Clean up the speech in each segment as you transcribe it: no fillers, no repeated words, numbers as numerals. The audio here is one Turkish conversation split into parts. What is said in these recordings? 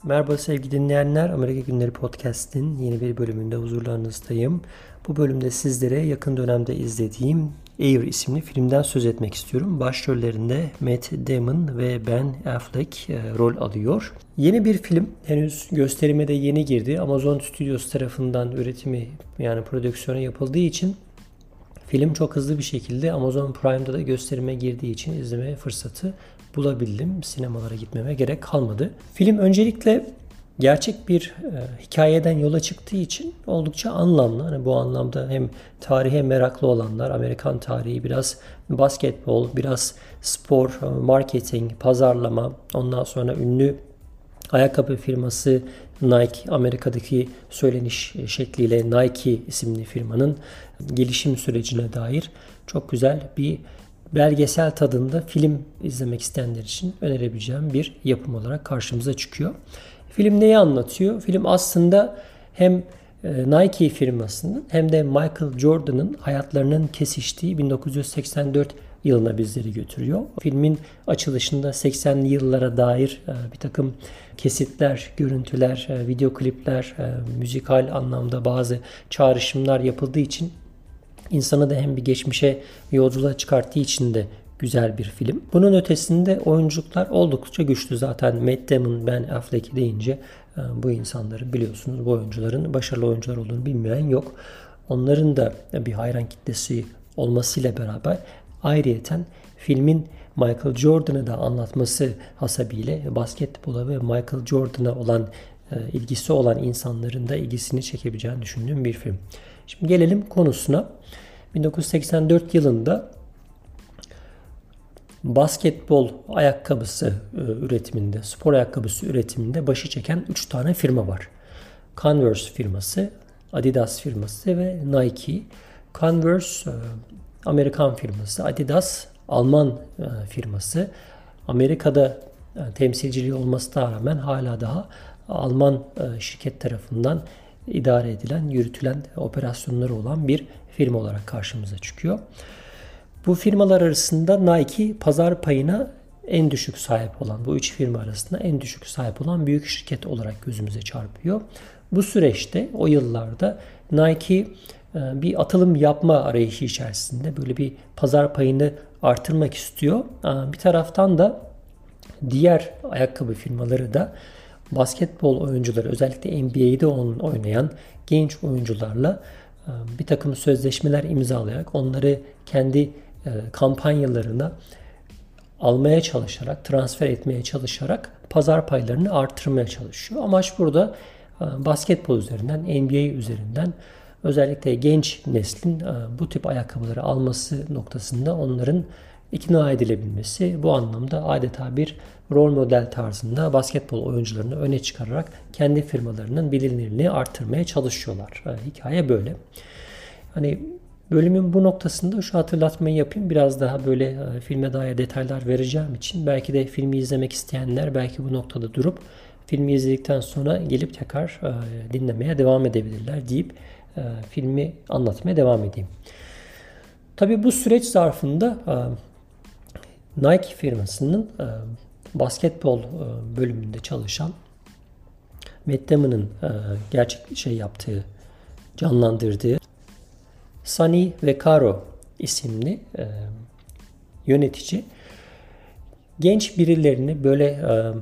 Merhaba sevgili dinleyenler, Amerika Günleri Podcast'in yeni bir bölümünde huzurlarınızdayım. Bu bölümde sizlere yakın dönemde izlediğim Air isimli filmden söz etmek istiyorum. Başrollerinde Matt Damon ve Ben Affleck rol alıyor. Yeni bir film, henüz gösterime de yeni girdi. Amazon Studios tarafından üretimi yani prodüksiyonu yapıldığı için film çok hızlı bir şekilde Amazon Prime'da da gösterime girdiği için izleme fırsatı bulabildim. Sinemalara gitmeme gerek kalmadı. Film öncelikle gerçek bir hikayeden yola çıktığı için oldukça anlamlı. Hani bu anlamda hem tarihe meraklı olanlar, Amerikan tarihi, biraz basketbol, biraz spor, marketing, pazarlama, ondan sonra ünlü ayakkabı firması Nike, Amerika'daki söyleniş şekliyle Nike isimli firmanın gelişim sürecine dair çok güzel bir belgesel tadında film izlemek isteyenler için önerebileceğim bir yapım olarak karşımıza çıkıyor. Film neyi anlatıyor? Film aslında hem Nike firmasının hem de Michael Jordan'ın hayatlarının kesiştiği 1984 yılına bizleri götürüyor. Filmin açılışında 80'li yıllara dair bir takım kesitler, görüntüler, video klipler, müzikal anlamda bazı çağrışımlar yapıldığı için insanı da hem bir geçmişe yolculuğa çıkarttığı için de güzel bir film. Bunun ötesinde oyunculuklar oldukça güçlü. Zaten Matt Damon, Ben Affleck deyince bu insanları biliyorsunuz, bu oyuncuların başarılı oyuncular olduğunu bilmeyen yok. Onların da bir hayran kitlesi olmasıyla beraber ayrıyeten filmin Michael Jordan'ı da anlatması hasebiyle basketbola ve Michael Jordan'a olan ilgisi olan insanların da ilgisini çekebileceğini düşündüğüm bir film. Şimdi gelelim konusuna. 1984 yılında basketbol ayakkabısı üretiminde, spor ayakkabısı üretiminde başı çeken 3 tane firma var. Converse firması, Adidas firması ve Nike. Converse Amerikan firması, Adidas Alman firması. Amerika'da temsilciliği olmasına rağmen hala daha Alman şirket tarafından idare edilen, yürütülen operasyonları olan bir firma olarak karşımıza çıkıyor. Bu firmalar arasında Nike pazar payına en düşük sahip olan, bu 3 firma arasında en düşük sahip olan büyük şirket olarak gözümüze çarpıyor. Bu süreçte, o yıllarda Nike bir atılım yapma arayışı içerisinde böyle bir pazar payını artırmak istiyor. Bir taraftan da diğer ayakkabı firmaları da basketbol oyuncuları, özellikle NBA'de oynayan genç oyuncularla bir takım sözleşmeler imzalayarak onları kendi kampanyalarına almaya çalışarak, transfer etmeye çalışarak pazar paylarını artırmaya çalışıyor. Amaç burada basketbol üzerinden, NBA üzerinden özellikle genç neslin bu tip ayakkabıları alması noktasında onların ikna edilebilmesi, bu anlamda adeta bir rol model tarzında basketbol oyuncularını öne çıkararak kendi firmalarının bilinirliğini artırmaya çalışıyorlar. Hikaye böyle. Hani bölümün bu noktasında şu hatırlatmayı yapayım. Biraz daha böyle filme dair detaylar vereceğim için belki de filmi izlemek isteyenler belki bu noktada durup filmi izledikten sonra gelip tekrar dinlemeye devam edebilirler deyip filmi anlatmaya devam edeyim. Tabii bu süreç zarfında Nike firmasının basketbol bölümünde çalışan Matt Damon'ın gerçek yaptığı, canlandırdığı Sonny Vaccaro isimli yönetici genç birilerini böyle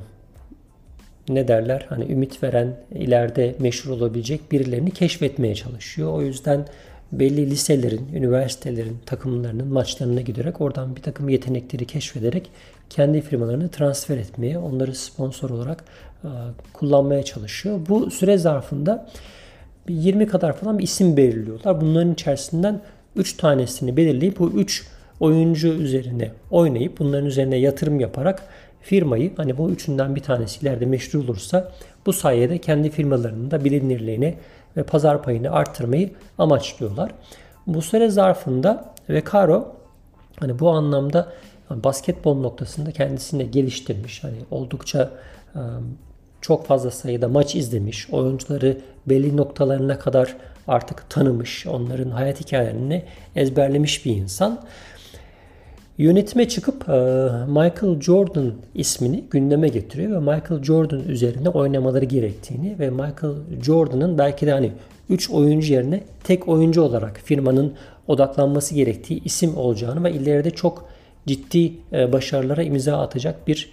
ne derler, hani ümit veren, ileride meşhur olabilecek birilerini keşfetmeye çalışıyor. O yüzden belli liselerin, üniversitelerin takımlarının maçlarına giderek oradan bir takım yetenekleri keşfederek kendi firmalarını transfer etmeye, onları sponsor olarak kullanmaya çalışıyor. Bu süre zarfında 20 kadar falan bir isim belirliyorlar. Bunların içerisinden 3 tanesini belirleyip bu 3 oyuncu üzerine oynayıp bunların üzerine yatırım yaparak firmayı, hani bu üçünden bir tanesi ileride meşhur olursa bu sayede kendi firmalarının da bilinirliğini ve pazar payını arttırmayı amaçlıyorlar. Bu süre zarfında Vaccaro hani bu anlamda basketbol noktasında kendisini geliştirmiş. Hani oldukça çok fazla sayıda maç izlemiş. Oyuncuları belli noktalarına kadar artık tanımış. Onların hayat hikayelerini ezberlemiş bir insan. Yönetime çıkıp Michael Jordan ismini gündeme getiriyor ve Michael Jordan üzerinde oynamaları gerektiğini ve Michael Jordan'ın belki de hani 3 oyuncu yerine tek oyuncu olarak firmanın odaklanması gerektiği isim olacağını ve ileride çok ciddi başarılara imza atacak bir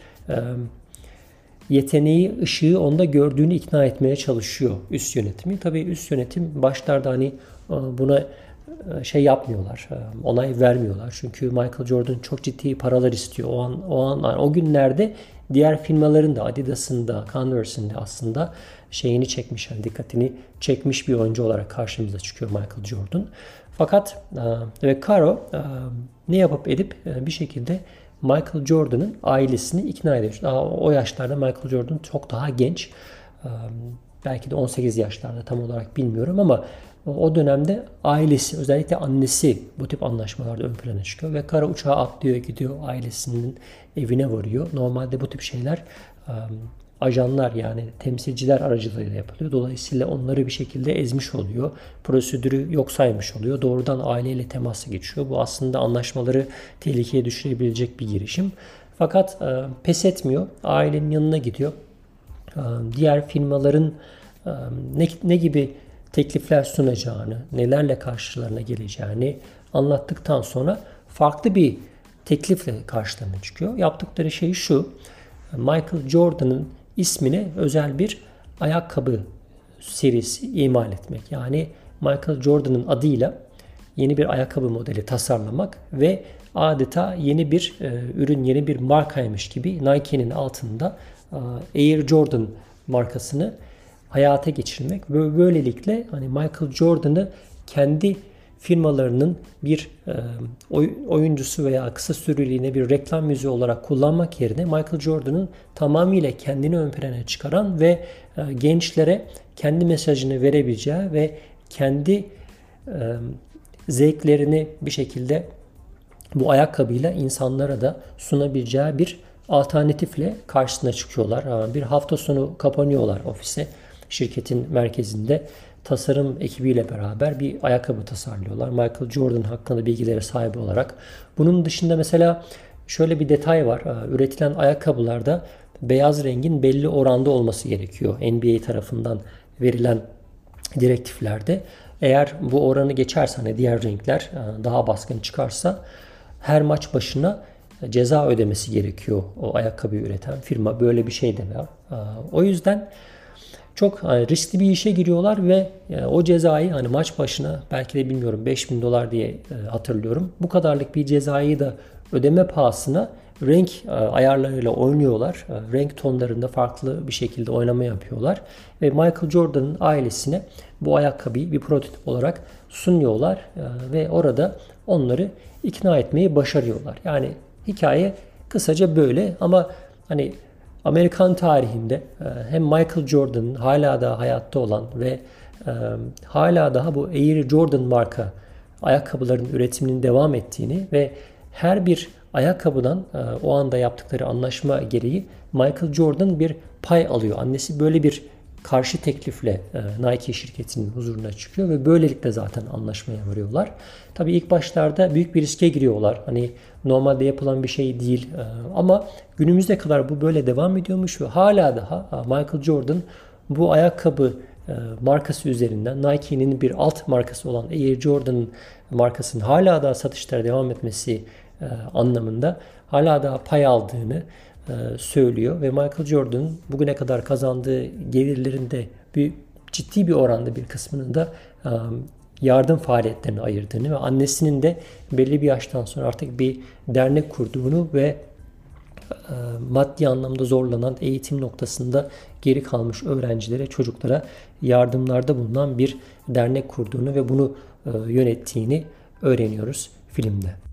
yeteneği, ışığı onda gördüğünü ikna etmeye çalışıyor üst yönetimi. Tabii üst yönetim başlarda hani buna şey yapmıyorlar, onay vermiyorlar. Çünkü Michael Jordan çok ciddi paralar istiyor. O günlerde diğer firmaların da Adidas'ın da Converse'in de aslında şeyini çekmiş, yani dikkatini çekmiş bir oyuncu olarak karşımıza çıkıyor Michael Jordan. Fakat ve Caro ne yapıp edip bir şekilde Michael Jordan'ın ailesini ikna ediyor. Daha o yaşlarda Michael Jordan çok daha genç. Belki de 18 yaşlarda, tam olarak bilmiyorum ama o dönemde ailesi, özellikle annesi bu tip anlaşmalarda ön plana çıkıyor ve Caro uçağa atlıyor, gidiyor, ailesinin evine varıyor. Normalde bu tip şeyler ajanlar, yani temsilciler aracılığıyla yapılıyor. Dolayısıyla onları bir şekilde ezmiş oluyor. Prosedürü yok saymış oluyor. Doğrudan aileyle temasa geçiyor. Bu aslında anlaşmaları tehlikeye düşürebilecek bir girişim. Fakat pes etmiyor. Ailenin yanına gidiyor. Diğer firmaların ne gibi teklifler sunacağını, nelerle karşılarına geleceğini anlattıktan sonra farklı bir teklifle karşılarına çıkıyor. Yaptıkları şey şu: Michael Jordan'ın ismine özel bir ayakkabı serisi imal etmek. Yani Michael Jordan'ın adıyla yeni bir ayakkabı modeli tasarlamak ve adeta yeni bir ürün, yeni bir markaymış gibi Nike'nin altında Air Jordan markasını hayata geçirmek ve böylelikle hani Michael Jordan'ı kendi firmalarının bir oyuncusu veya kısa süreliğine bir reklam yüzü olarak kullanmak yerine Michael Jordan'ın tamamıyla kendini ön plana çıkaran ve gençlere kendi mesajını verebileceği ve kendi zevklerini bir şekilde bu ayakkabıyla insanlara da sunabileceği bir alternatifle karşısına çıkıyorlar. Bir hafta sonu kapanıyorlar ofise. Şirketin merkezinde tasarım ekibiyle beraber bir ayakkabı tasarlıyorlar. Michael Jordan hakkında bilgilere sahip olarak. Bunun dışında mesela şöyle bir detay var. Üretilen ayakkabılarda beyaz rengin belli oranda olması gerekiyor. NBA tarafından verilen direktiflerde. Eğer bu oranı geçerse, hani diğer renkler daha baskın çıkarsa, her maç başına ceza ödemesi gerekiyor o ayakkabıyı üreten firma. Böyle bir şey de var. O yüzden çok riskli bir işe giriyorlar ve o cezayı hani maç başına belki de bilmiyorum $5.000 diye hatırlıyorum. Bu kadarlık bir cezayı da ödeme pahasına renk ayarlarıyla oynuyorlar. Renk tonlarında farklı bir şekilde oynama yapıyorlar. Ve Michael Jordan'ın ailesine bu ayakkabıyı bir prototip olarak sunuyorlar. Ve orada onları ikna etmeyi başarıyorlar. Yani hikaye kısaca böyle ama hani Amerikan tarihinde hem Michael Jordan'ın hala da hayatta olan ve hala daha bu Air Jordan marka ayakkabıların üretiminin devam ettiğini ve her bir ayakkabıdan o anda yaptıkları anlaşma gereği Michael Jordan bir pay alıyor. Annesi böyle bir karşı teklifle Nike şirketinin huzuruna çıkıyor ve böylelikle zaten anlaşmaya varıyorlar. Tabii ilk başlarda büyük bir riske giriyorlar. Hani normalde yapılan bir şey değil ama günümüze kadar bu böyle devam ediyormuş ve hala daha Michael Jordan bu ayakkabı markası üzerinden Nike'nin bir alt markası olan Air Jordan markasının hala daha satışlara devam etmesi anlamında hala daha pay aldığını söylüyor ve Michael Jordan bugüne kadar kazandığı gelirlerin de ciddi bir oranda bir kısmını da yardım faaliyetlerine ayırdığını ve annesinin de belli bir yaştan sonra artık bir dernek kurduğunu ve maddi anlamda zorlanan, eğitim noktasında geri kalmış öğrencilere, çocuklara yardımlarda bulunan bir dernek kurduğunu ve bunu yönettiğini öğreniyoruz filmde.